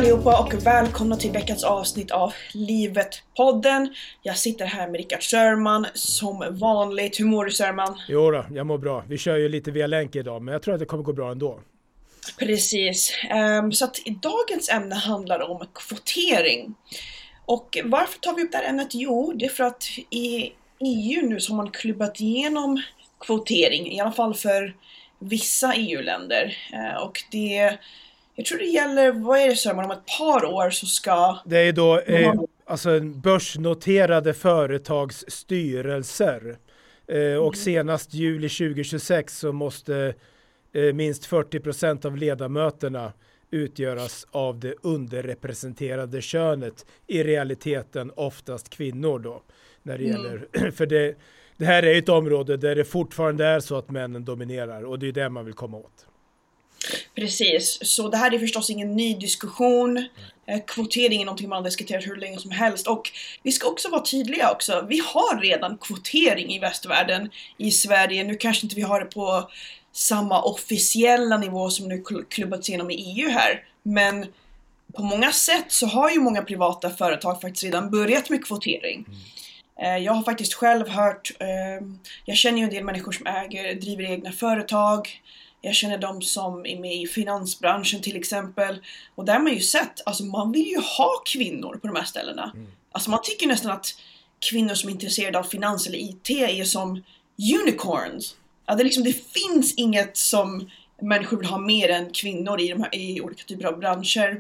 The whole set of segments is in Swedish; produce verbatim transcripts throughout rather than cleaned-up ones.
allihopa och välkomna till veckans avsnitt av Livet-podden. Jag sitter här med Rickard Sörman som vanligt. Hur mår du, Sörman? Jo då, jag mår bra. Vi kör ju lite via länk idag, men jag tror att det kommer gå bra ändå. Precis. Um, så att dagens ämne handlar om kvotering. Och varför tar vi upp det här ämnet? Jo, det är för att i E U nu så har man klubbat igenom kvotering, i alla fall för vissa E U-länder. Uh, och det... Jag tror det gäller, vad är det så, om ett par år så ska... Det är då eh, alltså börsnoterade företags styrelser. Eh, och senast juli tjugo tjugosex så måste eh, minst fyrtio procent av ledamöterna utgöras av det underrepresenterade könet. I realiteten oftast kvinnor då. När det gäller, mm. för det, det här är ett område där det fortfarande är så att männen dominerar. Och det är det man vill komma åt. Precis, så det här är förstås ingen ny diskussion. Mm. Kvotering är någonting man har diskuterat hur länge som helst. Och vi ska också vara tydliga också. Vi har redan kvotering i västvärlden, i Sverige. Nu kanske inte vi har det på samma officiella nivå som nu klubbats igenom i E U här. Men på många sätt så har ju många privata företag faktiskt redan börjat med kvotering. Mm. Jag har faktiskt själv hört, jag känner ju en del människor som äger, driver egna företag. Jag känner de som är med i finansbranschen till exempel. Och där har man ju sett, alltså man vill ju ha kvinnor på de här ställena. Mm. Alltså man tycker nästan att kvinnor som är intresserade av finans eller I T är som unicorns. Ja, det, liksom, det finns inget som människor vill ha mer än kvinnor i, de här, i olika typer av branscher.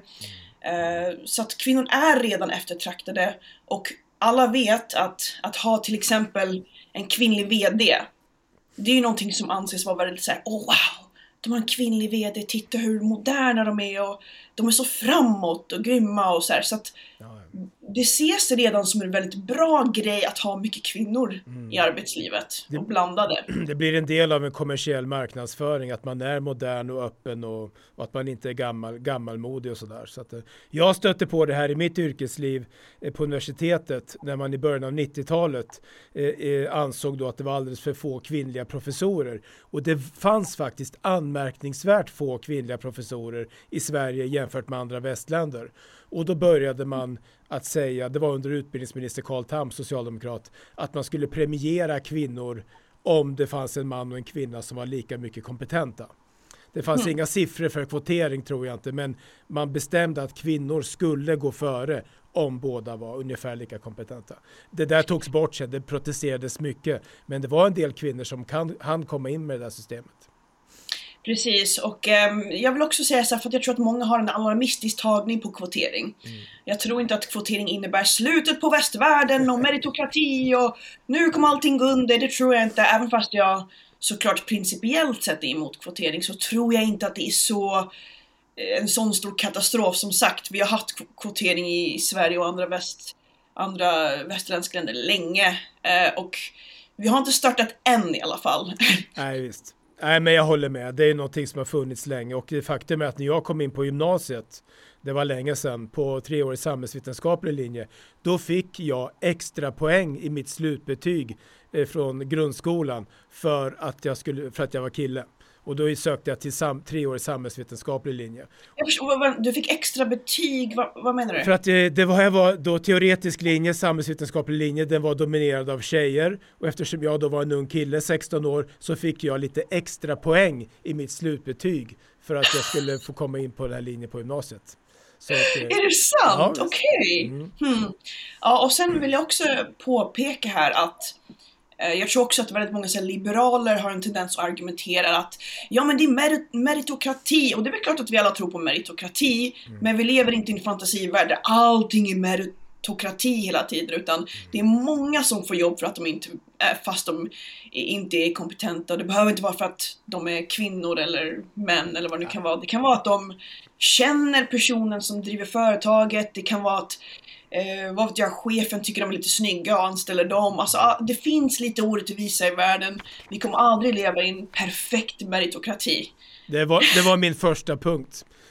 Mm. Uh, så att kvinnor är redan eftertraktade. Och alla vet att, att ha till exempel en kvinnlig vd. Det är ju någonting som anses vara väldigt såhär, oh wow, de har en kvinnlig vd, titta hur moderna de är och de är så framåt och grymma och så här. Så att det ses redan som en väldigt bra grej att ha mycket kvinnor mm. i arbetslivet och blandade. Det blir en del av en kommersiell marknadsföring att man är modern och öppen och, och att man inte är gammal, gammalmodig och sådär. Så att, jag stötte på det här i mitt yrkesliv eh, på universitetet när man i början av nittiotalet eh, eh, ansåg då att det var alldeles för få kvinnliga professorer. Och det fanns faktiskt anmärkningsvärt få kvinnliga professorer i Sverige jämfört med andra västländer. Och då började man att säga, det var under utbildningsminister Carl Tham, socialdemokrat, att man skulle premiera kvinnor om det fanns en man och en kvinna som var lika mycket kompetenta. Det fanns mm. inga siffror för kvotering tror jag inte, men man bestämde att kvinnor skulle gå före om båda var ungefär lika kompetenta. Det där togs bort sen, det protesterades mycket, men det var en del kvinnor som kan, hann komma in med det där systemet. Precis, och eh, jag vill också säga så här, för att jag tror att många har en alarmistisk tagning på kvotering. Mm. Jag tror inte att kvotering innebär slutet på västvärlden och meritokrati och nu kommer allting gå under, det tror jag inte. Även fast jag såklart principiellt sett är emot kvotering så tror jag inte att det är så en sån stor katastrof. Som sagt, vi har haft kvotering i Sverige och andra, väst, andra västerländska länder länge eh, och vi har inte startat än i alla fall. Nej, visst. Nej, men jag håller med. Det är någonting som har funnits länge. Och det faktum är att när jag kom in på gymnasiet, det var länge sedan, på treårig samhällsvetenskaplig linje, då fick jag extra poäng i mitt slutbetyg eh, från grundskolan för att jag, skulle, för att jag var kille. Och då sökte jag till sam, treårig samhällsvetenskaplig linje. Jag förstår, du fick extra betyg, vad, vad menar du? För att det, det var, var då teoretisk linje, samhällsvetenskaplig linje, den var dominerad av tjejer. Och eftersom jag då var en ung kille, sexton år, så fick jag lite extra poäng i mitt slutbetyg för att jag skulle få komma in på den här linjen på gymnasiet. Så att, är det sant? Ja, okej. Okay. Mm. Hmm. Ja, och sen vill jag också påpeka här att jag tror också att väldigt många så här, liberaler har en tendens att argumentera att ja men det är merit- meritokrati och det är väl klart att vi alla tror på meritokrati mm. men vi lever inte i en fantasivärld där allting är meritokrati hela tiden utan mm. det är många som får jobb för att de inte är, fast de inte är kompetenta och det behöver inte vara för att de är kvinnor eller män eller vad det kan vara. Det kan vara att de känner personen som driver företaget, det kan vara att Eh, vad vet jag, chefen tycker de är lite snygga och anställer dem. Alltså, ah, det finns lite orättvisa i världen. Vi kommer aldrig leva i en perfekt meritokrati. Det var, det var min första punkt.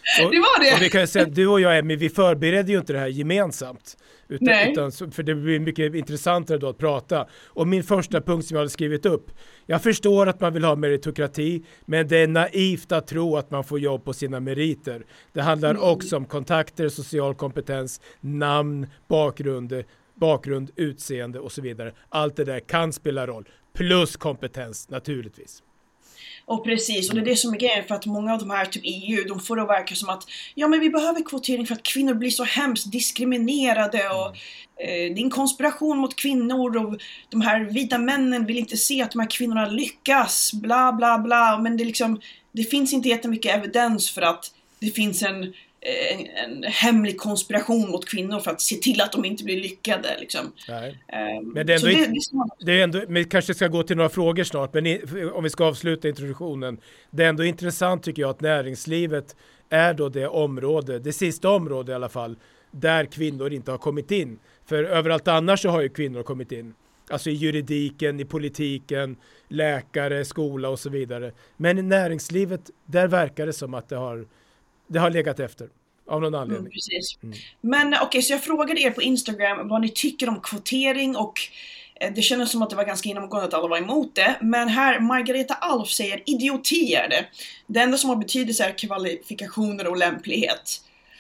Och, det var det. Och vi kan säga att du och jag, Emmy, vi förbereder ju inte det här gemensamt. Utan, utan, för det blir mycket intressantare då att prata. Och min första punkt som jag hade skrivit upp. Jag förstår att man vill ha meritokrati, men det är naivt att tro att man får jobb på sina meriter. Det handlar mm. också om kontakter, social kompetens, namn, bakgrund, bakgrund, utseende och så vidare. Allt det där kan spela roll. Plus kompetens, naturligtvis. Och precis, och det är det som är grejen, för att många av de här typ E U, de får det att verka som att ja men vi behöver kvotering för att kvinnor blir så hemskt diskriminerade och eh, det är en konspiration mot kvinnor och de här vita männen vill inte se att de här kvinnorna lyckas, bla bla bla, men det liksom, det finns inte jättemycket evidens för att det finns en En, en hemlig konspiration mot kvinnor för att se till att de inte blir lyckade liksom. Nej. Um, men det är ändå, det, inte, det är som... det är ändå, vi kanske ska gå till några frågor snart, men i, om vi ska avsluta introduktionen, det är ändå intressant tycker jag att näringslivet är då det område, det sista område i alla fall, där kvinnor inte har kommit in. För överallt annars så har ju kvinnor kommit in. Alltså i juridiken, i politiken, läkare, skola och så vidare. Men i näringslivet, där verkar det som att det har Det har legat efter, av någon anledning. Mm, precis. Mm. Men okej, okay, så jag frågade er på Instagram vad ni tycker om kvotering och eh, det kändes som att det var ganska genomgående att alla var emot det. Men här, Margareta Alf säger idioti är det. Det enda som har betydelse är kvalifikationer och lämplighet.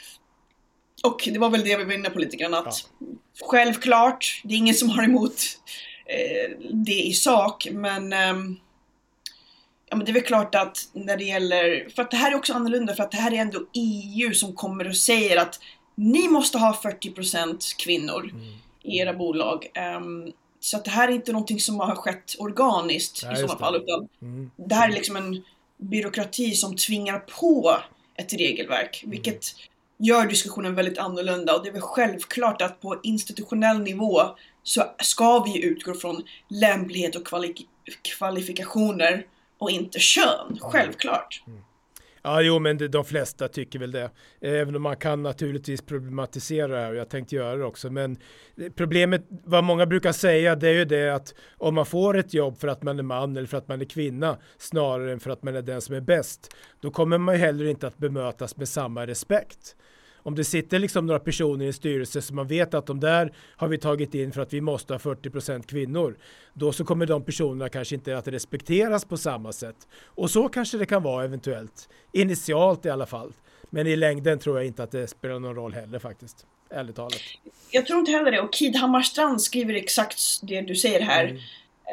Och det var väl det vi var inne på lite grann att ja. Självklart, det är ingen som har emot eh, det i sak, men... Ehm, Ja, men det är väl klart att när det gäller, för att det här är också annorlunda, för att det här är ändå E U som kommer och säger att ni måste ha fyrtio procent kvinnor mm. i era bolag. Um, så att det här är inte någonting som har skett organiskt ja, i sådana fall, utan mm. det här är liksom en byråkrati som tvingar på ett regelverk, mm. vilket gör diskussionen väldigt annorlunda. Och det är väl självklart att på institutionell nivå så ska vi utgå från lämplighet och kvali- kvalifikationer och inte kön, självklart. Mm. Ja, jo, men det, de flesta tycker väl det. Även om man kan naturligtvis problematisera det här, och jag tänkte göra det också. Men problemet, vad många brukar säga, det är ju det att om man får ett jobb för att man är man eller för att man är kvinna, snarare än för att man är den som är bäst, då kommer man ju heller inte att bemötas med samma respekt. Om det sitter liksom några personer i en styrelse som man vet att de där har vi tagit in för att vi måste ha fyrtio procent kvinnor, då så kommer de personerna kanske inte att respekteras på samma sätt. Och så kanske det kan vara eventuellt. Initialt i alla fall. Men i längden tror jag inte att det spelar någon roll heller faktiskt. Ärligt talat. Jag tror inte heller det. Och Kid Hammarstrand skriver exakt det du säger här. Mm.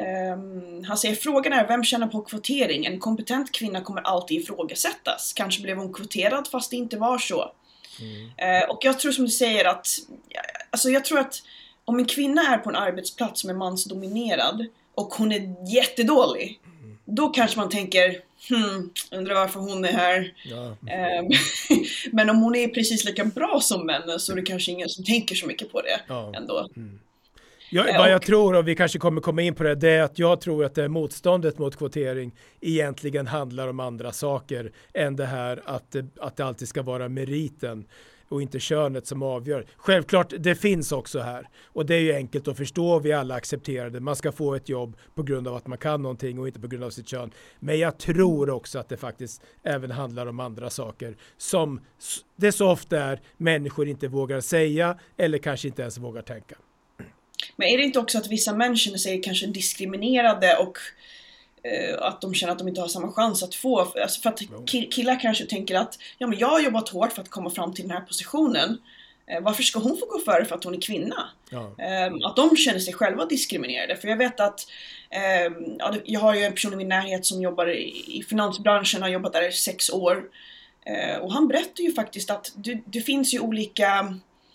Um, han säger, frågan är vem tjänar på kvotering? En kompetent kvinna kommer alltid ifrågasättas. Kanske blev hon kvoterad fast det inte var så. Mm. Uh, och jag tror som du säger att alltså jag tror att om en kvinna är på en arbetsplats som är mansdominerad och hon är jättedålig, mm. då kanske man tänker hmm, undrar varför hon är här. Ja. Um, men om hon är precis lika bra som männen så är det kanske ingen som tänker så mycket på det ja. ändå. Mm. Ja, vad jag tror, och vi kanske kommer komma in på det, det är att jag tror att det motståndet mot kvotering egentligen handlar om andra saker än det här att det, att det alltid ska vara meriten och inte könet som avgör. Självklart, det finns också här. Och det är ju enkelt att förstå, vi alla accepterar det. Man ska få ett jobb på grund av att man kan någonting och inte på grund av sitt kön. Men jag tror också att det faktiskt även handlar om andra saker som det så ofta är människor inte vågar säga eller kanske inte ens vågar tänka. Men är det inte också att vissa män känner sig kanske diskriminerade och eh, att de känner att de inte har samma chans att få? Alltså för att killar kanske tänker att ja, men jag har jobbat hårt för att komma fram till den här positionen. Eh, varför ska hon få gå före för att hon är kvinna? Ja. Eh, att de känner sig själva diskriminerade. För jag vet att eh, ja, jag har ju en person i min närhet som jobbar i, i finansbranschen, har jobbat där i sex år. Eh, och han berättar ju faktiskt att det, det finns ju olika...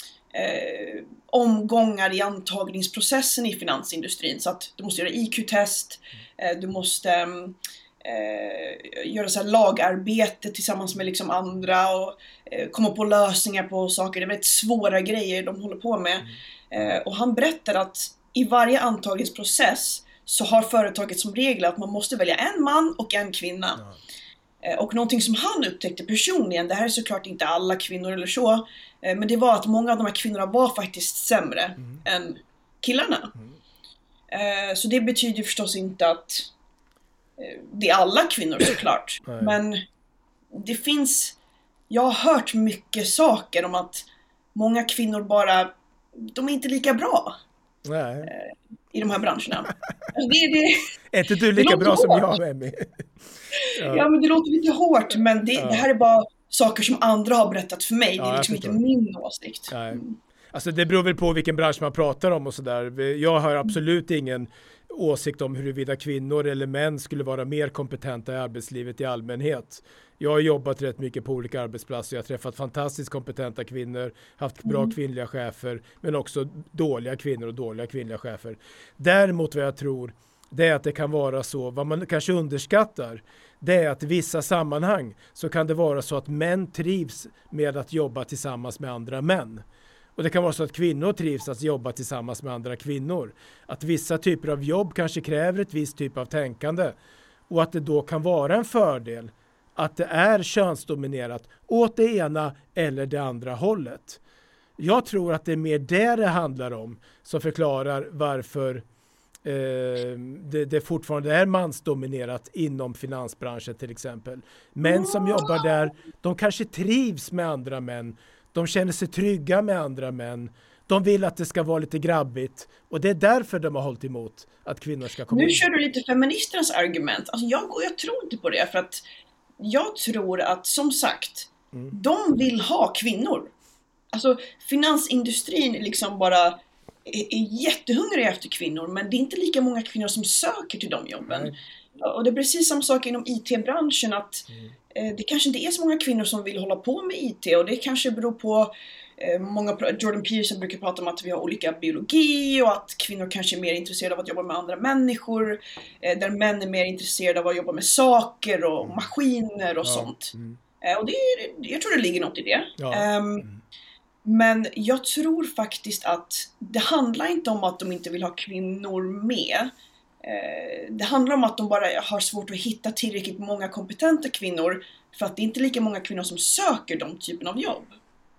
Eh, omgångar i antagningsprocessen i finansindustrin, så att du måste göra I Q-test, eh, du måste eh, göra så här lagarbete tillsammans med liksom andra och eh, komma på lösningar på saker. Det är väldigt svåra grejer de håller på med. Eh, och han berättar att i varje antagningsprocess så har företaget som regel att man måste välja en man och en kvinna. Ja. Och någonting som han upptäckte personligen, det här är såklart inte alla kvinnor eller så, men det var att många av de här kvinnorna var faktiskt sämre mm. än killarna. Mm. Så det betyder förstås inte att det är alla kvinnor såklart. Men det finns jag har hört mycket saker om att många kvinnor bara, de är inte lika bra. Nej. Eh, i de här branscherna. Alltså det, det, är inte du lika bra hårt. Som jag, Emmy? ja. ja, men det låter lite hårt, men det, ja. det här är bara saker som andra har berättat för mig. Ja, det är liksom inte min åsikt. Mm. Alltså det beror väl på vilken bransch man pratar om och sådär. Jag har absolut ingen åsikt om huruvida kvinnor eller män skulle vara mer kompetenta i arbetslivet i allmänhet. Jag har jobbat rätt mycket på olika arbetsplatser. Jag har träffat fantastiskt kompetenta kvinnor, haft bra mm. kvinnliga chefer, men också dåliga kvinnor och dåliga kvinnliga chefer. Däremot vad jag tror, det är att det kan vara så, vad man kanske underskattar, det är att i vissa sammanhang så kan det vara så att män trivs med att jobba tillsammans med andra män. Och det kan vara så att kvinnor trivs att jobba tillsammans med andra kvinnor. Att vissa typer av jobb kanske kräver ett visst typ av tänkande. Och att det då kan vara en fördel att det är könsdominerat åt det ena eller det andra hållet. Jag tror att det är mer det det handlar om som förklarar varför eh, det, det fortfarande är mansdominerat inom finansbranschen till exempel. Män som jobbar där, de kanske trivs med andra män. De känner sig trygga med andra män. De vill att det ska vara lite grabbigt. Och det är därför de har hållit emot att kvinnor ska komma Nu in. kör du lite feministernas argument. Alltså jag, jag tror inte på det. För att jag tror att, som sagt, mm. de vill ha kvinnor. Alltså finansindustrin liksom bara är, är jättehungrig efter kvinnor. Men det är inte lika många kvinnor som söker till de jobben. Mm. Och det är precis samma sak inom I T-branschen att mm. det kanske inte är så många kvinnor som vill hålla på med I T och det kanske beror på eh, många, Jordan Peterson brukar prata om att vi har olika biologi och att kvinnor kanske är mer intresserade av att jobba med andra människor eh, där män är mer intresserade av att jobba med saker och mm. maskiner och ja. sånt. Mm. Eh, och det är, jag tror det ligger något i det. Ja. Um, mm. Men jag tror faktiskt att det handlar inte om att de inte vill ha kvinnor med. Det handlar om att de bara har svårt att hitta tillräckligt många kompetenta kvinnor för att det är inte lika många kvinnor som söker de typen av jobb.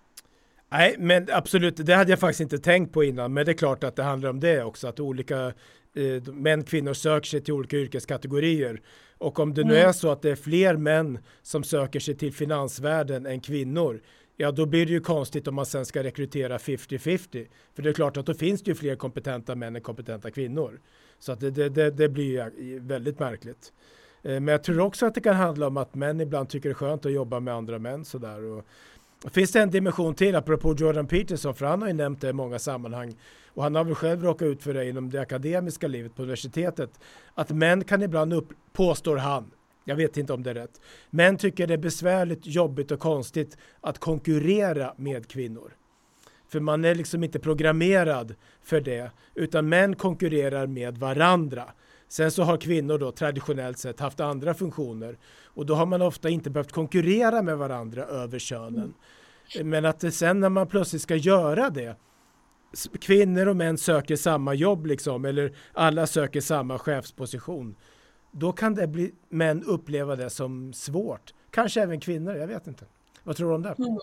Nej, men absolut, det hade jag faktiskt inte tänkt på innan, men det är klart att det handlar om det också, att olika eh, män och kvinnor söker sig till olika yrkeskategorier. Och om det nu mm. är så att det är fler män som söker sig till finansvärlden än kvinnor, ja då blir det ju konstigt om man sen ska rekrytera femtio femtio. För det är klart att då finns det ju fler kompetenta män än kompetenta kvinnor. Så att det, det, det, det blir väldigt märkligt. Men jag tror också att det kan handla om att män ibland tycker det är skönt att jobba med andra män. Sådär. Och finns det en dimension till, apropå Jordan Peterson, för han har ju nämnt det i många sammanhang. Och han har väl själv råkat ut för det inom det akademiska livet på universitetet. Att män kan ibland upp, påstår han, jag vet inte om det är rätt, män tycker det är besvärligt, jobbigt och konstigt att konkurrera med kvinnor. För man är liksom inte programmerad för det, utan män konkurrerar med varandra. Sen så har kvinnor då traditionellt sett haft andra funktioner och då har man ofta inte behövt konkurrera med varandra över könen. Mm. Men att det sen när man plötsligt ska göra det, kvinnor och män söker samma jobb liksom, eller alla söker samma chefsposition, då kan det bli, män uppleva det som svårt. Kanske även kvinnor, jag vet inte. Vad tror du om det? Mm.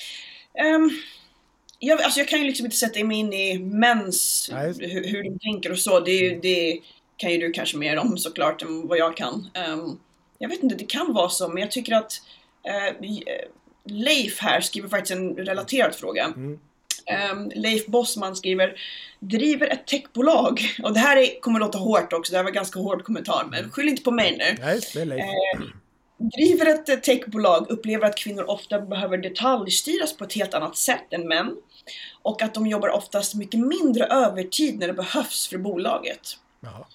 Um, jag, alltså jag kan ju liksom inte sätta mig in i mäns, hur, hur de tänker och så. Det, det kan ju du kanske mer om såklart än vad jag kan. Um, jag vet inte, det kan vara så, men jag tycker att uh, Leif här skriver faktiskt en relaterad fråga. Mm. Um, Leif Bossman skriver: driver ett techbolag. Och det här är, kommer låta hårt också. Det här var en ganska hård kommentar, men skyll inte på mig nu. Nej, det är Leif. Uh, driver ett techbolag, upplever att kvinnor ofta behöver detaljstyras på ett helt annat sätt än män. Och att de jobbar oftast mycket mindre övertid när det behövs för bolaget. Jaha.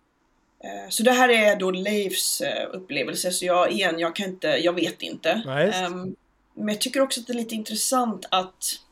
Uh, så det här är då Leifs uh, upplevelse. Så jag, igen, jag kan inte, jag vet inte. Um, men jag tycker också att det är lite intressant att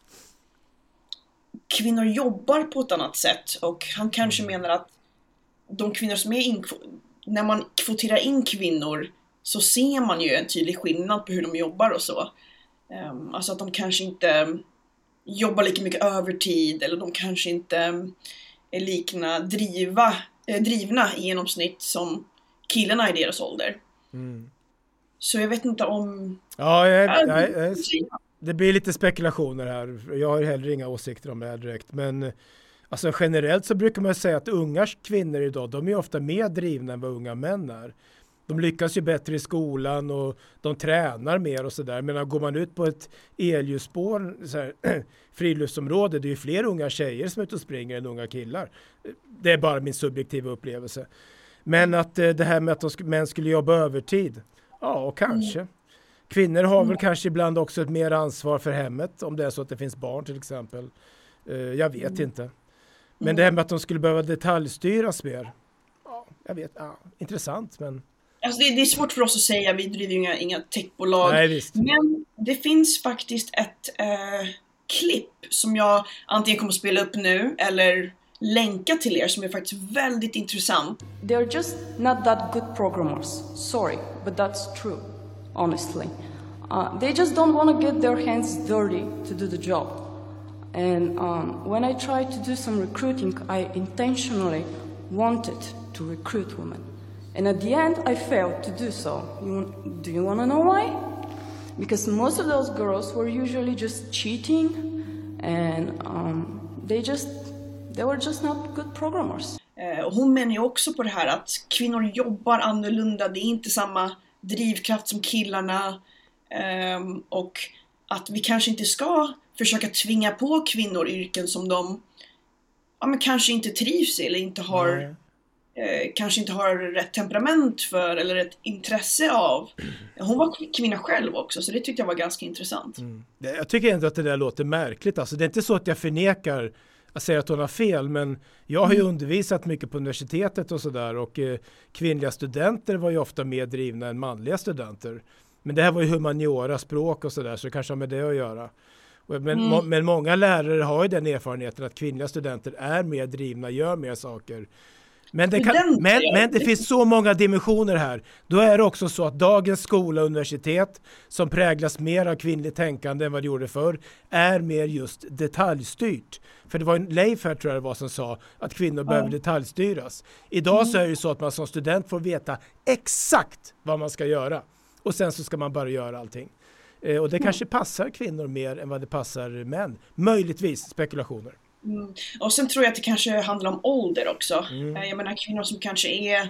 kvinnor jobbar på ett annat sätt, och han kanske mm. menar att de kvinnor som är in, när man kvoterar in kvinnor så ser man ju en tydlig skillnad på hur de jobbar och så. Um, alltså att de kanske inte jobbar lika mycket övertid, eller de kanske inte är likna driva, eh, drivna i genomsnitt som killarna i deras ålder. Mm. Så jag vet inte om... Ja, jag, jag, jag, jag, det blir lite spekulationer här. Jag har heller inga åsikter om det här direkt. Men alltså, generellt så brukar man säga att unga kvinnor idag, de är ofta mer drivna än vad unga män är. De lyckas ju bättre i skolan och de tränar mer och sådär. Men går man ut på ett elljusspår, så här, friluftsområde, det är ju fler unga tjejer som är ute och springer än unga killar. Det är bara min subjektiva upplevelse. Men att det här med att de sk- män skulle jobba övertid, ja, och kanske. Mm. Kvinnor har väl kanske ibland också ett mer ansvar för hemmet, om det är så att det finns barn till exempel. Uh, jag vet mm. inte. Men mm. det här med att de skulle behöva detaljstyras mer, ja, jag vet, ja, intressant, men... Alltså det, det är svårt för oss att säga, vi driver ju inga, inga techbolag. Nej, visst. Men det finns faktiskt ett eh, klipp som jag antingen kommer att spela upp nu eller länka till er som är faktiskt väldigt intressant. They are just not that good programmers. Sorry, but that's true, honestly. Uh, they just don't want to get their hands dirty to do the job. And um, when I tried to do some recruiting, I intentionally wanted to recruit women. And at the end, I failed to do so. You, do you want to know why? Because most of those girls were usually just cheating, and um, they just they were just not good programmers. Eh, och hon menar ju också på det här att kvinnor jobbar annorlunda. Det är inte samma drivkraft som killarna. Eh, och att vi kanske inte ska försöka tvinga på kvinnor yrken som de ja, men kanske inte trivs i eller inte har... Mm. Eh, kanske inte har rätt temperament för eller rätt intresse av. Hon var kvinna själv också, så det tyckte jag var ganska intressant. Mm. Jag tycker ändå att det där låter märkligt. Alltså, det är inte så att jag förnekar att säga att hon har fel, men jag har ju mm. undervisat mycket på universitetet och sådär, och eh, kvinnliga studenter var ju ofta mer drivna än manliga studenter. Men det här var ju humaniora, språk och sådär, så det kanske har med det att göra. Men, mm. må, men många lärare har ju den erfarenheten att kvinnliga studenter är mer drivna, gör mer saker. Men det, kan, men, men det finns så många dimensioner här. Då är det också så att dagens skola och universitet, som präglas mer av kvinnligt tänkande än vad det gjorde förr, är mer just detaljstyrt. För det var en Leif här, tror jag det var, som sa att kvinnor ja. behöver detaljstyras. Idag mm. så är det så att man som student får veta exakt vad man ska göra. Och sen så ska man bara göra allting. Eh, och det mm. kanske passar kvinnor mer än vad det passar män. Möjligtvis, spekulationer. Mm. Och sen tror jag att det kanske handlar om ålder också. Mm. Jag menar, kvinnor som kanske är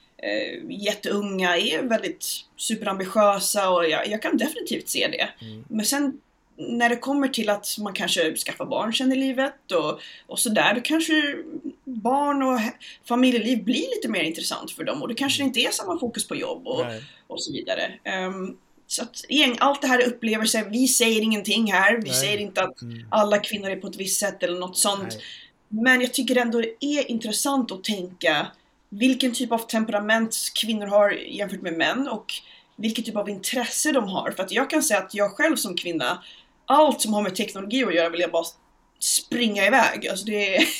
eh, jätteunga är väldigt superambitiösa, och jag, jag kan definitivt se det. Mm. Men sen när det kommer till att man kanske skaffar barn sen i livet och, och sådär, då kanske barn och familjeliv blir lite mer intressant för dem, och det kanske inte är samma fokus på jobb och, och så vidare. Um, Så att igen, allt det här är upplevelser. Vi säger ingenting här. Vi Nej. säger inte att mm. alla kvinnor är på ett visst sätt eller något sånt. Nej. Men jag tycker ändå det är intressant att tänka vilken typ av temperament kvinnor har jämfört med män, och vilken typ av intresse de har. För att jag kan säga att jag själv som kvinna, allt som har med teknologi att göra vill jag bara springa iväg. Alltså det är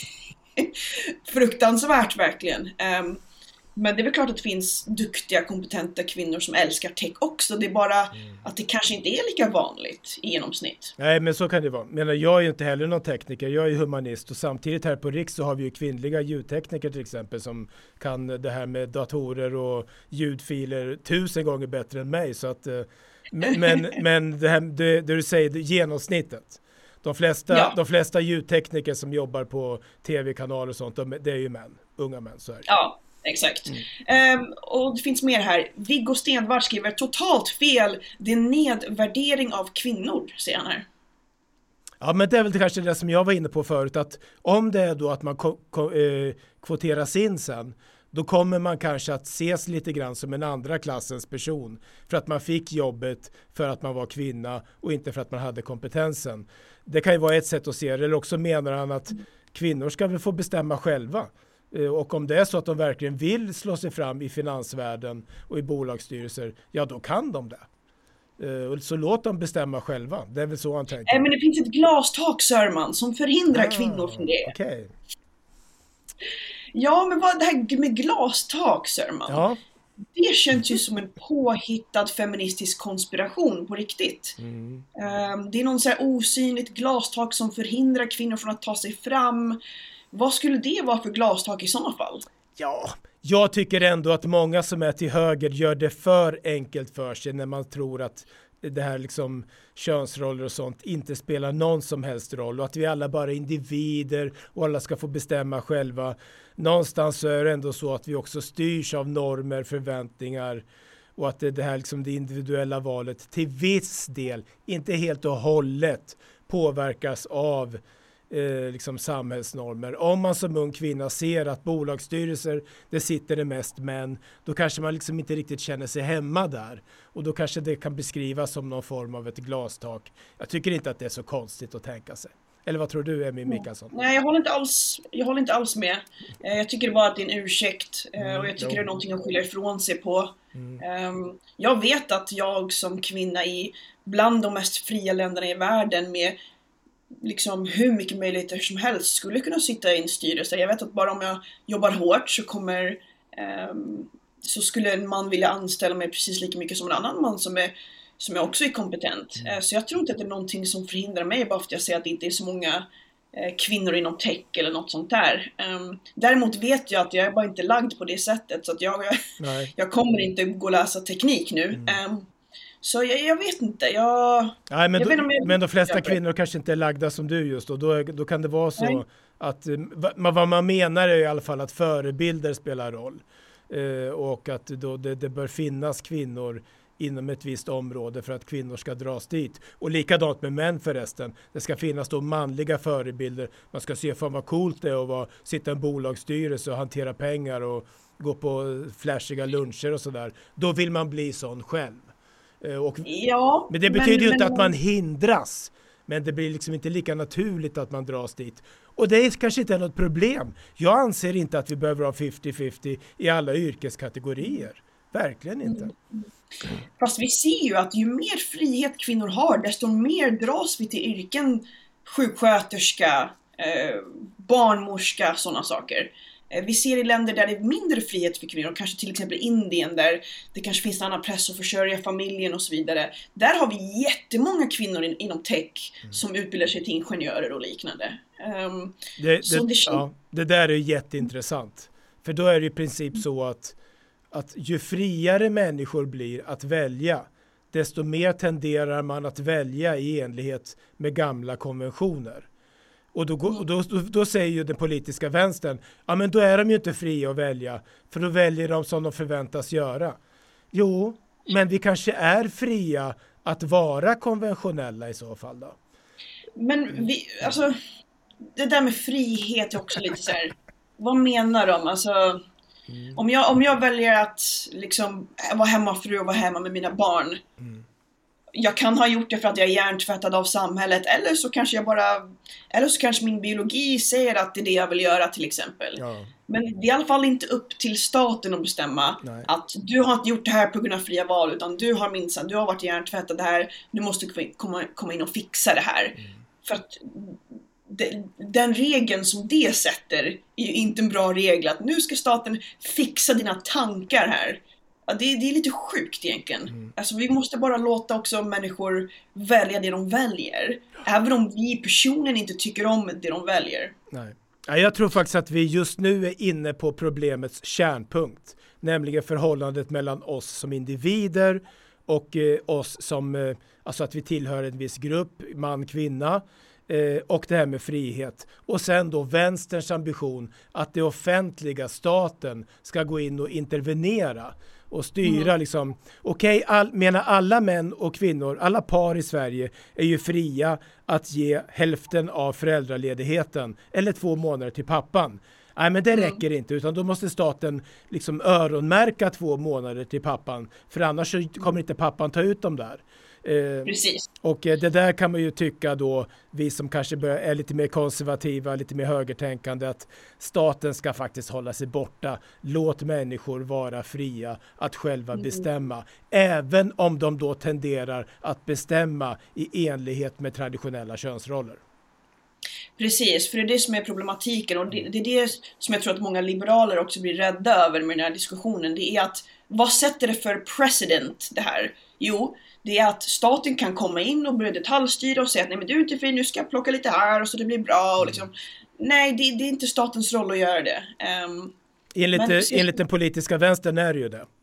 fruktansvärt verkligen. Um, Men det är väl klart att det finns duktiga, kompetenta kvinnor som älskar tech också. Det är bara mm. att det kanske inte är lika vanligt i genomsnitt. Nej, men så kan det vara. Men jag är ju inte heller någon tekniker. Jag är ju humanist, och samtidigt här på Riks så har vi ju kvinnliga ljudtekniker till exempel som kan det här med datorer och ljudfiler tusen gånger bättre än mig. Så att, men men, men det, här, det, det du säger, det genomsnittet. De flesta, ja. de flesta ljudtekniker som jobbar på tv-kanaler och sånt, de, det är ju män. Unga män, så är det. Ja. Exakt. Mm. Um, och det finns mer här. Viggo Stenvard skriver totalt fel. Det är nedvärdering av kvinnor, säger han här. Ja, men det är väl kanske det som jag var inne på förut, att om det är då att man ko- ko- eh, kvoteras in sen, då kommer man kanske att ses lite grann som en andra klassens person, för att man fick jobbet för att man var kvinna och inte för att man hade kompetensen. Det kan ju vara ett sätt att se det, eller också menar han att mm. kvinnor ska väl få bestämma själva. Och om det är så att de verkligen vill slå sig fram i finansvärlden och i bolagsstyrelser, ja då kan de det. Så låt dem bestämma själva. Det är väl så han tänker. Nej, men det finns ett glastak, Sörman, som förhindrar ah, kvinnor från det. Okay. Ja, men vad det här med glastak, Sörman? Ja. Det känns ju som en påhittad feministisk konspiration på riktigt. Mm. Det är någon så här osynligt glastak som förhindrar kvinnor från att ta sig fram. Vad skulle det vara för glastak i sådana fall? Ja, jag tycker ändå att många som är till höger gör det för enkelt för sig när man tror att det här liksom könsroller och sånt inte spelar någon som helst roll och att vi alla bara är individer och alla ska få bestämma själva. Någonstans så är det ändå så att vi också styrs av normer, förväntningar och att det, det här liksom det individuella valet till viss del, inte helt och hållet, påverkas av Eh, liksom samhällsnormer. Om man som ung kvinna ser att bolagsstyrelser, det sitter det mest män, då kanske man liksom inte riktigt känner sig hemma där. Och då kanske det kan beskrivas som någon form av ett glastak. Jag tycker inte att det är så konstigt att tänka sig. Eller vad tror du, Emmy Mikaelsson? Nej, jag håller inte alls, jag håller inte alls med. Eh, jag tycker bara att det är en ursäkt eh, mm, och jag tycker jo. det är någonting att skylla ifrån sig på. Mm. Um, jag vet att jag som kvinna i bland de mest fria länderna i världen med liksom hur mycket möjligheter som helst skulle kunna sitta i en styrelse. Jag vet att bara om jag jobbar hårt så kommer um, så skulle en man vilja anställa mig precis lika mycket som en annan man som är, som är också är kompetent. Mm. Uh, så jag tror inte att det är någonting som förhindrar mig bara för att jag ser att det inte är så många uh, kvinnor inom tech eller något sånt där. Um, däremot vet jag att jag är bara inte lagd på det sättet så att jag, jag kommer inte gå och läsa teknik nu. Mm. Um, Så jag, jag vet inte, jag... Nej, men, jag då, vet jag, men de flesta jag, kvinnor kanske inte är lagda som du just och då, då kan det vara så nej. att vad, vad man menar är i alla fall att förebilder spelar roll eh, och att då det, det bör finnas kvinnor inom ett visst område för att kvinnor ska dras dit. Och likadant med män förresten. Det ska finnas då manliga förebilder. Man ska se fan vad coolt det är att vara, sitta i en bolagsstyrelse och hantera pengar och gå på flashiga luncher och sådär. Då vill man bli sån själv. Och, ja, men det betyder men, ju inte men, att man hindras. Men det blir liksom inte lika naturligt att man dras dit. Och det är kanske inte något problem. Jag anser inte att vi behöver ha femtio femtio i alla yrkeskategorier. Verkligen inte. Mm. Fast vi ser ju att ju mer frihet kvinnor har, desto mer dras vi till yrken sjuksköterska, eh, barnmorska, sådana saker. Vi ser i länder där det är mindre frihet för kvinnor, kanske till exempel Indien där det kanske finns en annan press att försörja familjen och så vidare. Där har vi jättemånga kvinnor in, inom tech mm. som utbildar sig till ingenjörer och liknande. Um, det, så det, det, ja, det där är jätteintressant. För då är det i princip så att, att ju friare människor blir att välja, desto mer tenderar man att välja i enlighet med gamla konventioner. Och då, då, då, då säger ju den politiska vänstern, ja men då är de ju inte fria att välja, för då väljer de som de förväntas göra. Jo, men vi kanske är fria att vara konventionella i så fall då. Men vi, alltså, det där med frihet är också lite så här, vad menar de? Alltså, mm. om, jag, om jag väljer att liksom vara hemmafru och vara hemma med mina barn, mm. jag kan ha gjort det för att jag är hjärntvättad av samhället, eller så kanske jag bara eller så kanske min biologi säger att det är det jag vill göra till exempel. Ja. Men det är i alla fall inte upp till staten att bestämma. Nej. Att du har inte gjort det här på grund av fria val, utan du har minsann, du har varit hjärntvättad här, du måste komma, komma in och fixa det här. Mm. För att det, den regeln som det sätter är ju inte en bra regel, att nu ska staten fixa dina tankar här. Ja, det, det är lite sjukt egentligen. Mm. Alltså, vi måste bara låta också människor välja det de väljer. Även om vi personen inte tycker om det de väljer. Nej. Ja, jag tror faktiskt att vi just nu är inne på problemets kärnpunkt. Nämligen förhållandet mellan oss som individer och eh, oss som, eh, alltså att vi tillhör en viss grupp, man, kvinna. Eh, och det här med frihet. Och sen då vänsterns ambition att det offentliga, staten, ska gå in och intervenera och styra mm. liksom. Okej, okay, all, menar alla män och kvinnor, alla par i Sverige är ju fria att ge hälften av föräldraledigheten eller två månader till pappan. Nej, men det räcker mm. inte, utan då måste staten liksom öronmärka två månader till pappan, för annars så kommer inte pappan ta ut dem där. Eh, Precis. Och eh, det där kan man ju tycka då, vi som kanske är lite mer konservativa, lite mer högertänkande, att staten ska faktiskt hålla sig borta. Låt människor vara fria att själva mm. bestämma, även om de då tenderar att bestämma i enlighet med traditionella könsroller. Precis, för det är det som är problematiken, och det, det är det som jag tror att många liberaler också blir rädda över med den här diskussionen. Det är att, vad sätter det för precedent det här? Jo, det är att staten kan komma in och börja detaljstyra och säga att nej men du är inte fri, nu ska jag plocka lite här och så det blir bra. Och liksom, nej, det, det är inte statens roll att göra det. Um, enligt, men, enligt den politiska vänstern är det ju det.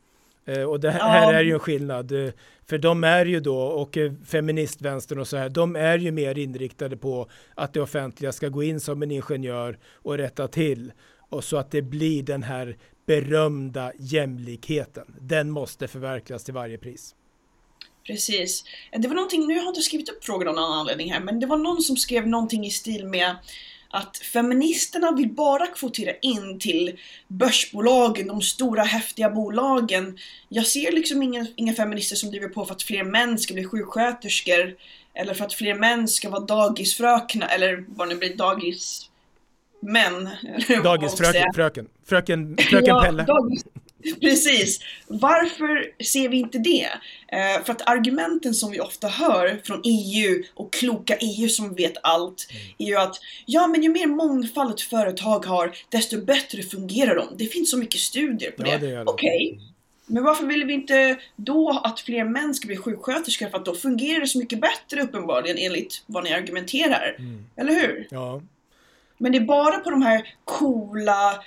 Eh, och det här, här är ju en skillnad. Eh, för de är ju då, och eh, feministvänstern och så här, de är ju mer inriktade på att det offentliga ska gå in som en ingenjör och rätta till. Och så att det blir den här berömda jämlikheten. Den måste förverkligas till varje pris. Precis. Det var någonting, nu har jag inte skrivit upp frågan av någon anledning här, men det var någon som skrev någonting i stil med att feministerna vill bara kvotera in till börsbolagen, de stora häftiga bolagen. Jag ser liksom inga, inga feminister som driver på för att fler män ska bli sjuksköterskor eller för att fler män ska vara dagisfrökna eller vad det blir, dagis män. Dagisfröken, fröken. Fröken, fröken ja, Pelle. Dagis. Precis. Varför ser vi inte det? Eh, för att argumenten som vi ofta hör från E U och kloka E U som vet allt mm. är ju att ja, men ju mer mångfald ett företag har, desto bättre fungerar de. Det finns så mycket studier på ja, det. det Okej. Okay. Men varför vill vi inte då att fler män ska bli sjuksköterskor? För att då fungerar det så mycket bättre uppenbarligen enligt vad ni argumenterar. Mm. Eller hur? Ja. Men det är bara på de här coola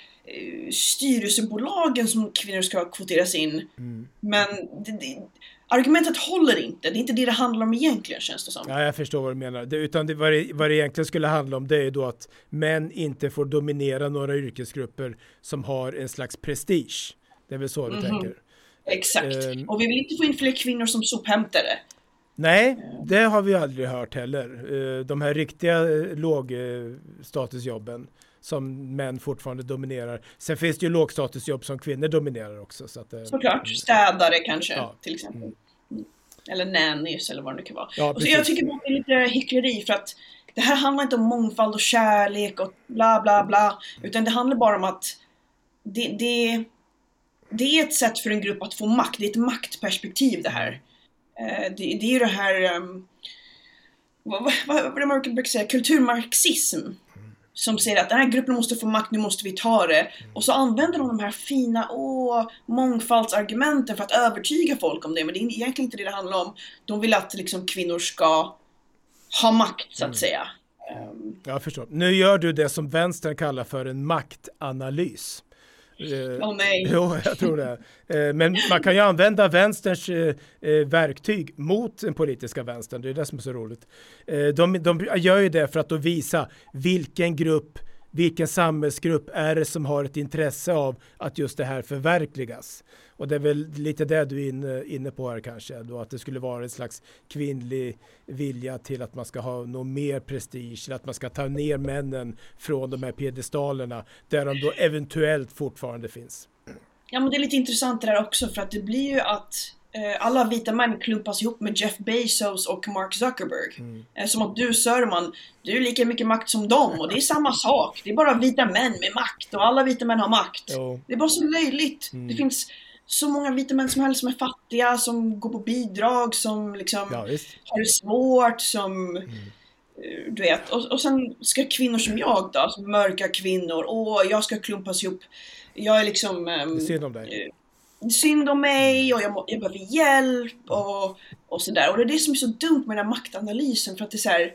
styrelsebolagen som kvinnor ska kvoteras in. Mm. Men det, det, argumentet håller inte. Det är inte det det handlar om egentligen, känns det som. Ja, jag förstår vad du menar. Det, utan det, vad, det, vad det egentligen skulle handla om, det är då att män inte får dominera några yrkesgrupper som har en slags prestige. Det är väl så du mm-hmm. tänker. Exakt. Um, Och vi vill inte få in fler kvinnor som sophämtare. Nej, det har vi aldrig hört heller. De här riktiga lågstatusjobben som män fortfarande dominerar. Sen finns det ju lågstatusjobb som kvinnor dominerar också. Så att, Såklart, städare kanske ja. till exempel. Mm. Eller nannies eller vad det kan vara. Ja, och så jag tycker att det är lite hyckleri för att det här handlar inte om mångfald och kärlek och bla bla bla. Utan det handlar bara om att det, det, det är ett sätt för en grupp att få makt. Det är ett maktperspektiv det här. Det, det är ju det här um, vad, vad, vad det man brukar säga, kulturmarxism som säger att den här gruppen måste få makt, nu måste vi ta det. Och så använder de de här fina åh, mångfaldsargumenten för att övertyga folk om det. Men det är egentligen inte det det handlar om. De vill att liksom, kvinnor ska ha makt, så att mm. säga. Um, Jag förstår. Nu gör du det som vänstern kallar för en maktanalys. Åh oh, nej. Jo, jag tror det. Eh, men man kan ju använda vänsterns eh, verktyg mot den politiska vänstern. Det är det som är så roligt. Eh, de, de gör ju det för att då visa vilken grupp, vilken samhällsgrupp är det som har ett intresse av att just det här förverkligas. Och det är väl lite det du är inne, inne på här kanske. Då, att det skulle vara en slags kvinnlig vilja till att man ska ha något mer prestige. Eller att man ska ta ner männen från de här piedestalerna där de då eventuellt fortfarande finns. Ja, men det är lite intressant det där också. För att det blir ju att eh, alla vita män klumpas ihop med Jeff Bezos och Mark Zuckerberg. Mm. Eh, som att du, Sörman, du är lika mycket makt som dem. Och det är samma sak. Det är bara vita män med makt. Och alla vita män har makt. Jo. Det är bara så löjligt. Mm. Det finns så många vita män som helst som är fattiga, som går på bidrag, som liksom ja, har det svårt, som mm. du vet. Och, och sen ska kvinnor som jag då, som mörka kvinnor, åh, jag ska klumpas ihop. Jag är liksom um, synd om dig. Synd om mig och jag, jag behöver hjälp och, och sådär. Och det är det som är så dumt med den här maktanalysen, för att det är så här,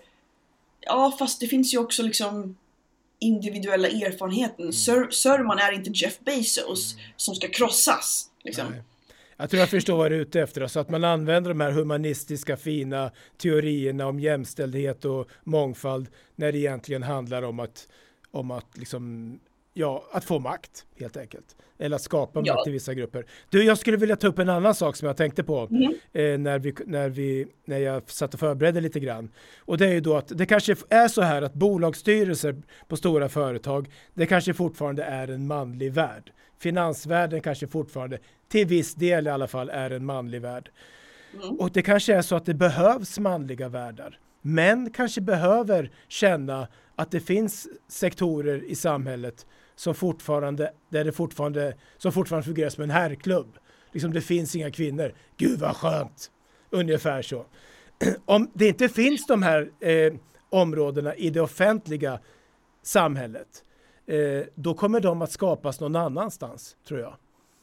ja, fast det finns ju också liksom individuella erfarenheten. Mm. Sir, Sörman är inte Jeff Bezos mm. som ska krossas. Liksom. Jag tror jag förstår vad du är ute efter. Alltså att man använder de här humanistiska fina teorierna om jämställdhet och mångfald när det egentligen handlar om att, om att, liksom, ja, att få makt helt enkelt. Eller att skapa ja. makt i vissa grupper. Du, jag skulle vilja ta upp en annan sak som jag tänkte på mm. eh, när, vi, när, vi, när jag satt och förberedde lite grann. Och det är ju då att det kanske är så här att bolagsstyrelser på stora företag, det kanske fortfarande är en manlig värld. Finansvärlden kanske fortfarande till viss del i alla fall är en manlig värld. Mm. Och det kanske är så att det behövs manliga världar. Män kanske behöver känna att det finns sektorer i samhället som fortfarande, där det fortfarande, som fortfarande fungerar som en herrklubb. Liksom det finns inga kvinnor. Gud vad skönt! Ungefär så. Om det inte finns de här eh, områdena i det offentliga samhället, eh, då kommer de att skapas någon annanstans, tror jag.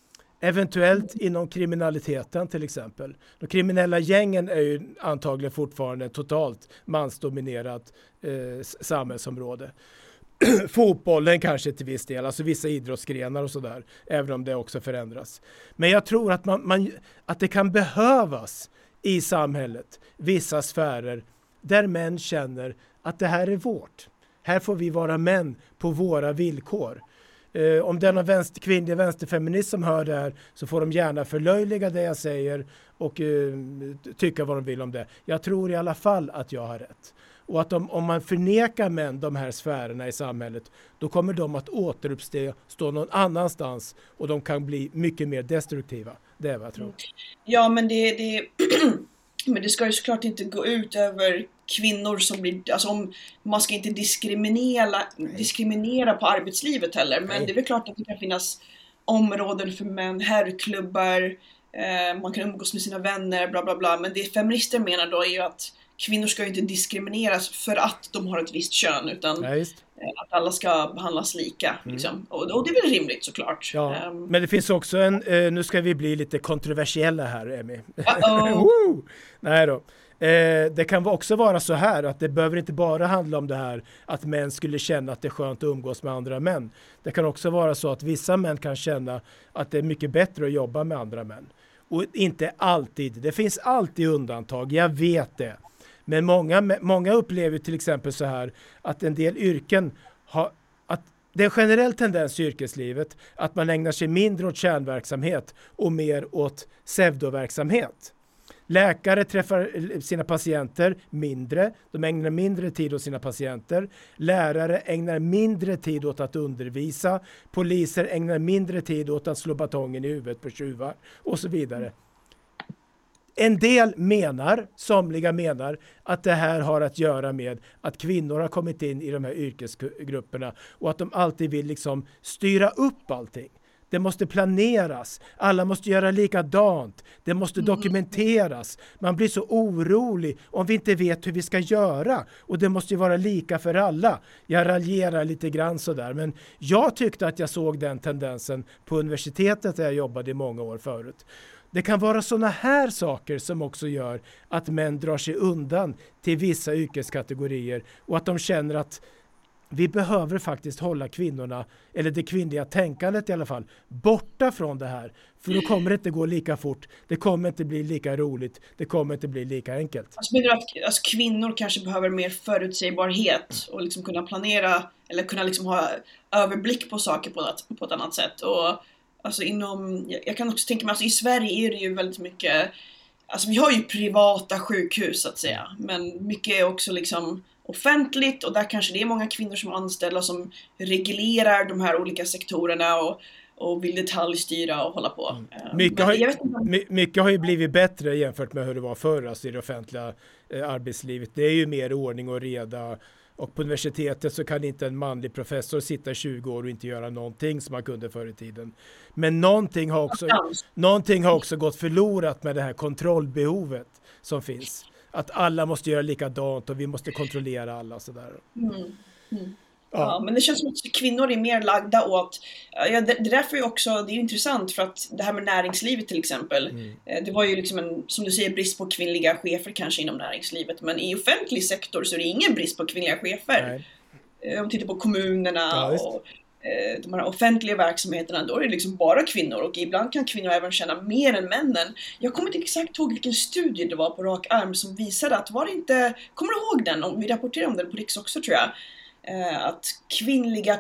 Eventuellt inom kriminaliteten till exempel. De kriminella gängen är ju antagligen fortfarande ett totalt mansdominerat eh, samhällsområde. fotbollen kanske till viss del, alltså vissa idrottsgrenar och sådär, även om det också förändras. Men jag tror att, man, man, att det kan behövas i samhället vissa sfärer där män känner att det här är vårt. Här får vi vara män på våra villkor. Eh, om det är någon vänster, kvinnlig vänsterfeminist som hör det här, så får de gärna förlöjliga det jag säger och eh, tycka vad de vill om det. Jag tror i alla fall att jag har rätt. Och att de, om man förnekar män de här sfärerna i samhället, då kommer de att återuppstå stå någon annanstans och de kan bli mycket mer destruktiva. Det är vad jag tror. Ja, men det, det, men det ska ju såklart inte gå ut över kvinnor som blir, alltså om, man ska inte diskriminera, diskriminera på arbetslivet heller, men Nej. Det är väl klart att det kan finnas områden för män, herrklubbar, eh, man kan umgås med sina vänner, bla bla bla, men det feminister menar då är ju att kvinnor ska ju inte diskrimineras för att de har ett visst kön, utan ja, att alla ska behandlas lika. Mm. Liksom. Och, och det är väl rimligt såklart. Ja, um, men det finns också en, eh, nu ska vi bli lite kontroversiella här, Emmy. Nej då. Eh, det kan också vara så här att det behöver inte bara handla om det här att män skulle känna att det är skönt att umgås med andra män. Det kan också vara så att vissa män kan känna att det är mycket bättre att jobba med andra män. Och inte alltid. Det finns alltid undantag, jag vet det. Men många, många upplever till exempel så här att en del yrken har, att det är en generell tendens i yrkeslivet att man ägnar sig mindre åt kärnverksamhet och mer åt pseudoverksamhet. Läkare träffar sina patienter mindre, de ägnar mindre tid åt sina patienter. Lärare ägnar mindre tid åt att undervisa. Poliser ägnar mindre tid åt att slå batongen i huvudet på tjuvar och så vidare. En del menar, somliga menar, att det här har att göra med att kvinnor har kommit in i de här yrkesgrupperna och att de alltid vill liksom styra upp allting. Det måste planeras. Alla måste göra likadant. Det måste dokumenteras. Man blir så orolig om vi inte vet hur vi ska göra. Och det måste ju vara lika för alla. Jag raljerar lite grann sådär. Men jag tyckte att jag såg den tendensen på universitetet där jag jobbade i många år förut. Det kan vara såna här saker som också gör att män drar sig undan till vissa yrkeskategorier och att de känner att vi behöver faktiskt hålla kvinnorna, eller det kvinnliga tänkandet i alla fall, borta från det här. För då kommer det inte gå lika fort, det kommer inte bli lika roligt, det kommer inte bli lika enkelt. Alltså, menar du att alltså, kvinnor kanske behöver mer förutsägbarhet och liksom kunna planera eller kunna liksom ha överblick på saker på ett, på ett annat sätt? Och alltså inom, jag kan också tänka mig, alltså i Sverige är det ju väldigt mycket, alltså vi har ju privata sjukhus så att säga, men mycket är också liksom offentligt och där kanske det är många kvinnor som anställda som reglerar de här olika sektorerna och, och vill detaljstyra och hålla på. Mm. Mycket, har ju, my, mycket har ju blivit bättre jämfört med hur det var förr, alltså i det offentliga eh, arbetslivet. Det är ju mer ordning och reda. Och på universitetet så kan inte en manlig professor sitta i tjugo år och inte göra någonting som man kunde förr i tiden. Men någonting har också, någonting har också gått förlorat med det här kontrollbehovet som finns. Att alla måste göra likadant och vi måste kontrollera alla sådär. Mm. Mm. Ja. Ja, men det känns som att kvinnor är mer lagda åt, ja, det, det därför är också, det är intressant för att det här med näringslivet till exempel, mm. det var ju liksom en, som du säger, brist på kvinnliga chefer kanske inom näringslivet, men i offentlig sektor så är det ingen brist på kvinnliga chefer. Nej. Om vi tittar på kommunerna ja, och eh, de här offentliga verksamheterna, då är det liksom bara kvinnor och ibland kan kvinnor även tjäna mer än männen. Jag kommer inte exakt ihåg vilken studie det var på rak arm som visade att, var det inte, kommer du ihåg den? Om vi rapporterar om den på Riks också tror jag. Att kvinnliga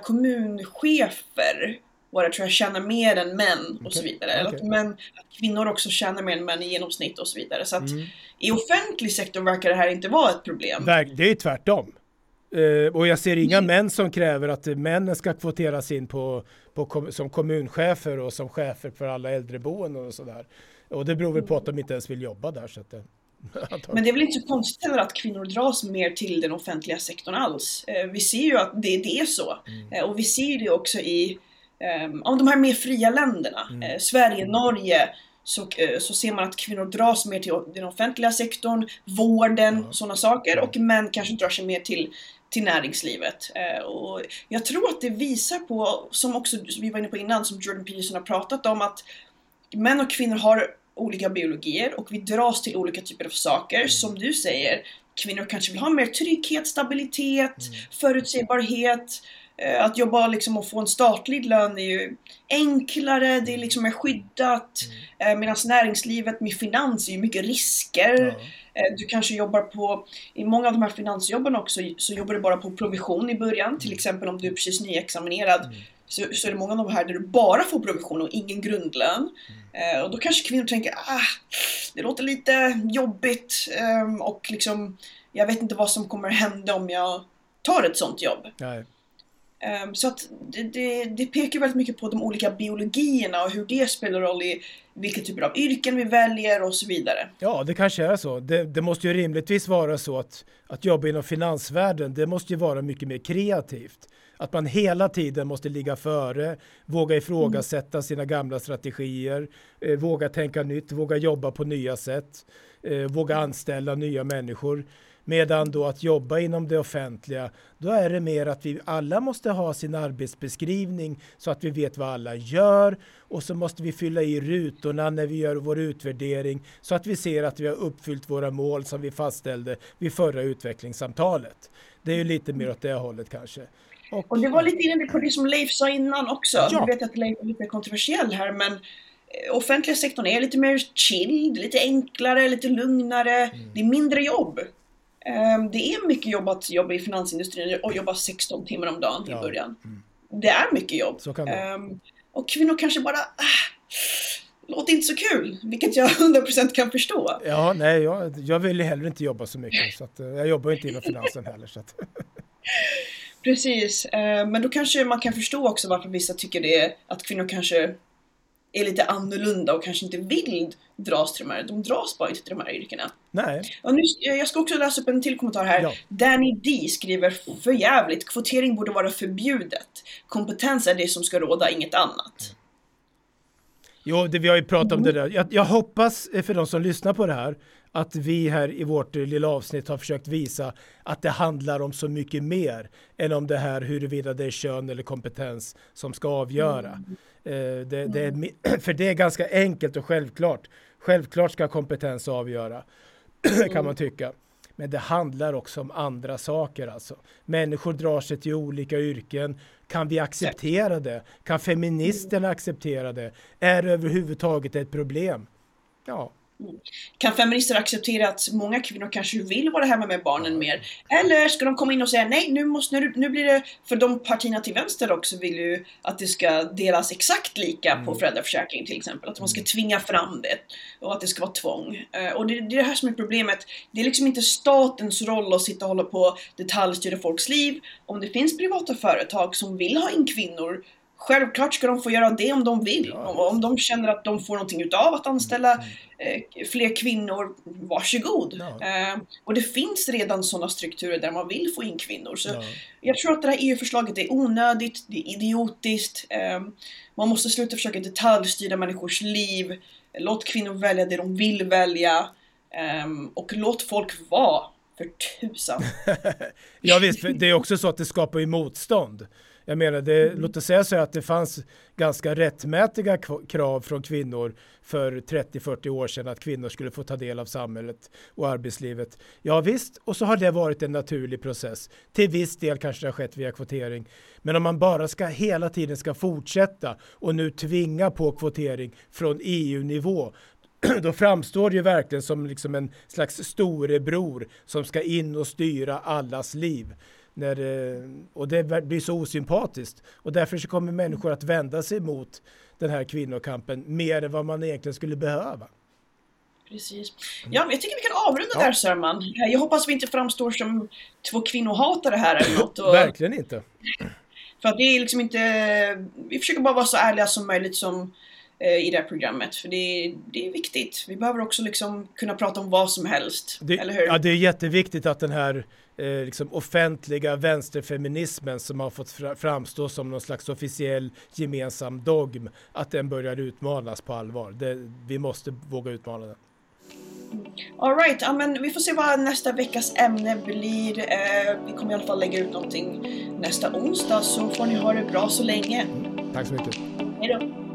kommunchefer var det, tror jag, tjänar mer än män och okay. så vidare. Eller okay. att, män, att kvinnor också tjänar mer än män i genomsnitt och så vidare. Så att mm. i offentlig sektor verkar det här inte vara ett problem. Det är tvärtom. Uh, och jag ser inga mm. män som kräver att männen ska kvoteras in på, på kom, som kommunchefer och som chefer för alla äldreboenden och sådär. Och det beror väl på att de inte ens vill jobba där. Så att det... Men det är väl inte så konstigt heller att kvinnor dras mer till den offentliga sektorn alls. Vi ser ju att det, det är så. Mm. Och vi ser det också i um, om de här mer fria länderna. Mm. Sverige, Norge. Så, så ser man att kvinnor dras mer till den offentliga sektorn, vården, mm. sådana saker. Och män kanske drar sig mer till, till näringslivet. Och jag tror att det visar på, som också vi var inne på innan, som Jordan Peterson har pratat om, att män och kvinnor har olika biologier och vi dras till olika typer av saker. Mm. Som du säger, kvinnor kanske vill ha mer trygghet, stabilitet, mm. förutsägbarhet. Att jobba liksom och få en statlig lön är ju enklare, det är liksom är skyddat. Mm. Medan näringslivet med finans är ju mycket risker. Ja. Du kanske jobbar på, i många av de här finansjobben också, så jobbar du bara på provision i början. Mm. Till exempel om du är precis nyexaminerad. Mm. Så, så är det många av de här där du bara får provision och ingen grundlön. Mm. Och då kanske kvinnor tänker, ah, det låter lite jobbigt. Och liksom, jag vet inte vad som kommer hända om jag tar ett sånt jobb. Nej. Um, så att det, det, det pekar väldigt mycket på de olika biologierna och hur det spelar roll i vilka typer av yrken vi väljer och så vidare. Ja, det kanske är så. Det, det måste ju rimligtvis vara så att, att jobba inom finansvärlden, det måste ju vara mycket mer kreativt. Att man hela tiden måste ligga före, våga ifrågasätta mm. sina gamla strategier, eh, våga tänka nytt, våga jobba på nya sätt, eh, våga anställa nya människor. Medan då att jobba inom det offentliga, då är det mer att vi alla måste ha sin arbetsbeskrivning så att vi vet vad alla gör, och så måste vi fylla i rutorna när vi gör vår utvärdering så att vi ser att vi har uppfyllt våra mål som vi fastställde vid förra utvecklingssamtalet. Det är ju lite mer åt det hållet kanske. Och, och det var lite inne på det som Leif sa innan också. Ja. Jag vet att Leif är lite kontroversiell här, men offentliga sektorn är lite mer chill, lite enklare, lite lugnare. Mm. Det är mindre jobb. Det är mycket jobb att jobba i finansindustrin och jobba sexton timmar om dagen i början. Ja. Mm. Det är mycket jobb. Så kan det. Um, och kvinnor kanske bara ah, låter inte så kul, vilket jag hundra procent kan förstå. Ja, nej, jag, jag vill ju heller inte jobba så mycket, så att, jag jobbar inte inom finansen heller. Så att. Precis, uh, men då kanske man kan förstå också varför vissa tycker det är att kvinnor kanske är lite annorlunda och kanske inte vill dras till de här. De dras bara inte till de här yrkena. Nej. Och nu, jag ska också läsa upp en till kommentar här. Ja. Danny D skriver, för jävligt. Kvotering borde vara förbjudet. Kompetens är det som ska råda, inget annat. Jo, det, vi har ju pratat om det där. Jag, jag hoppas för de som lyssnar på det här att vi här i vårt lilla avsnitt har försökt visa att det handlar om så mycket mer än om det här huruvida det är kön eller kompetens som ska avgöra. Mm. Eh, det, det är, för det är ganska enkelt och självklart. Självklart ska kompetens avgöra, kan man tycka. Men det handlar också om andra saker. Alltså. Människor drar sig till olika yrken. Kan vi acceptera det? Kan feministerna acceptera det? Är det överhuvudtaget ett problem? Ja. Kan feminister acceptera att många kvinnor kanske vill vara hemma med barnen mer? Eller ska de komma in och säga nej, nu, måste, nu, nu blir det, för de partierna till vänster också vill ju att det ska delas exakt lika mm. på föräldraförsäkring till exempel. Att man ska tvinga fram det och att det ska vara tvång. Och det, det är det här som är problemet. Det är liksom inte statens roll att sitta och hålla på och detaljstyra folks liv. Om det finns privata företag som vill ha in kvinnor, självklart ska de få göra det om de vill. Ja. Om de känner att de får någonting utav att anställa eh, fler kvinnor, varsågod. Ja. Eh, och det finns redan sådana strukturer där man vill få in kvinnor. Så ja. Jag tror att det här E U-förslaget är onödigt, det är idiotiskt. Eh, man måste sluta försöka detaljstyra människors liv. Låt kvinnor välja det de vill välja. Eh, och låt folk vara, för tusan. Ja visst, för det är också så att det skapar ju motstånd. Jag menar, det, mm. låt oss säga så att det fanns ganska rättmätiga krav från kvinnor för trettio till fyrtio år sedan att kvinnor skulle få ta del av samhället och arbetslivet. Ja visst, och så har det varit en naturlig process. Till viss del kanske det har skett via kvotering. Men om man bara ska hela tiden ska fortsätta och nu tvinga på kvotering från E U-nivå, då framstår det ju verkligen som liksom en slags storebror som ska in och styra allas liv. När, och det blir så osympatiskt. Och därför så kommer människor att vända sig mot den här kvinnokampen mer än vad man egentligen skulle behöva. Precis. Ja, jag tycker vi kan avrunda ja. där, Sörman. Jag hoppas vi inte framstår som två kvinnohatare här eller något. Och, verkligen inte. För att det är liksom inte... Vi försöker bara vara så ärliga som möjligt som i det här programmet, för det är, det är viktigt. Vi behöver också liksom kunna prata om vad som helst, det, eller hur? Ja, det är jätteviktigt att den här eh, liksom offentliga vänsterfeminismen som har fått fra, framstå som någon slags officiell gemensam dogm, att den börjar utmanas på allvar. Det, vi måste våga utmana den. All right, ja, men vi får se vad nästa veckas ämne blir. Eh, vi kommer i alla fall lägga ut någonting nästa onsdag, så får ni ha det bra så länge. Mm, tack så mycket. Hej då.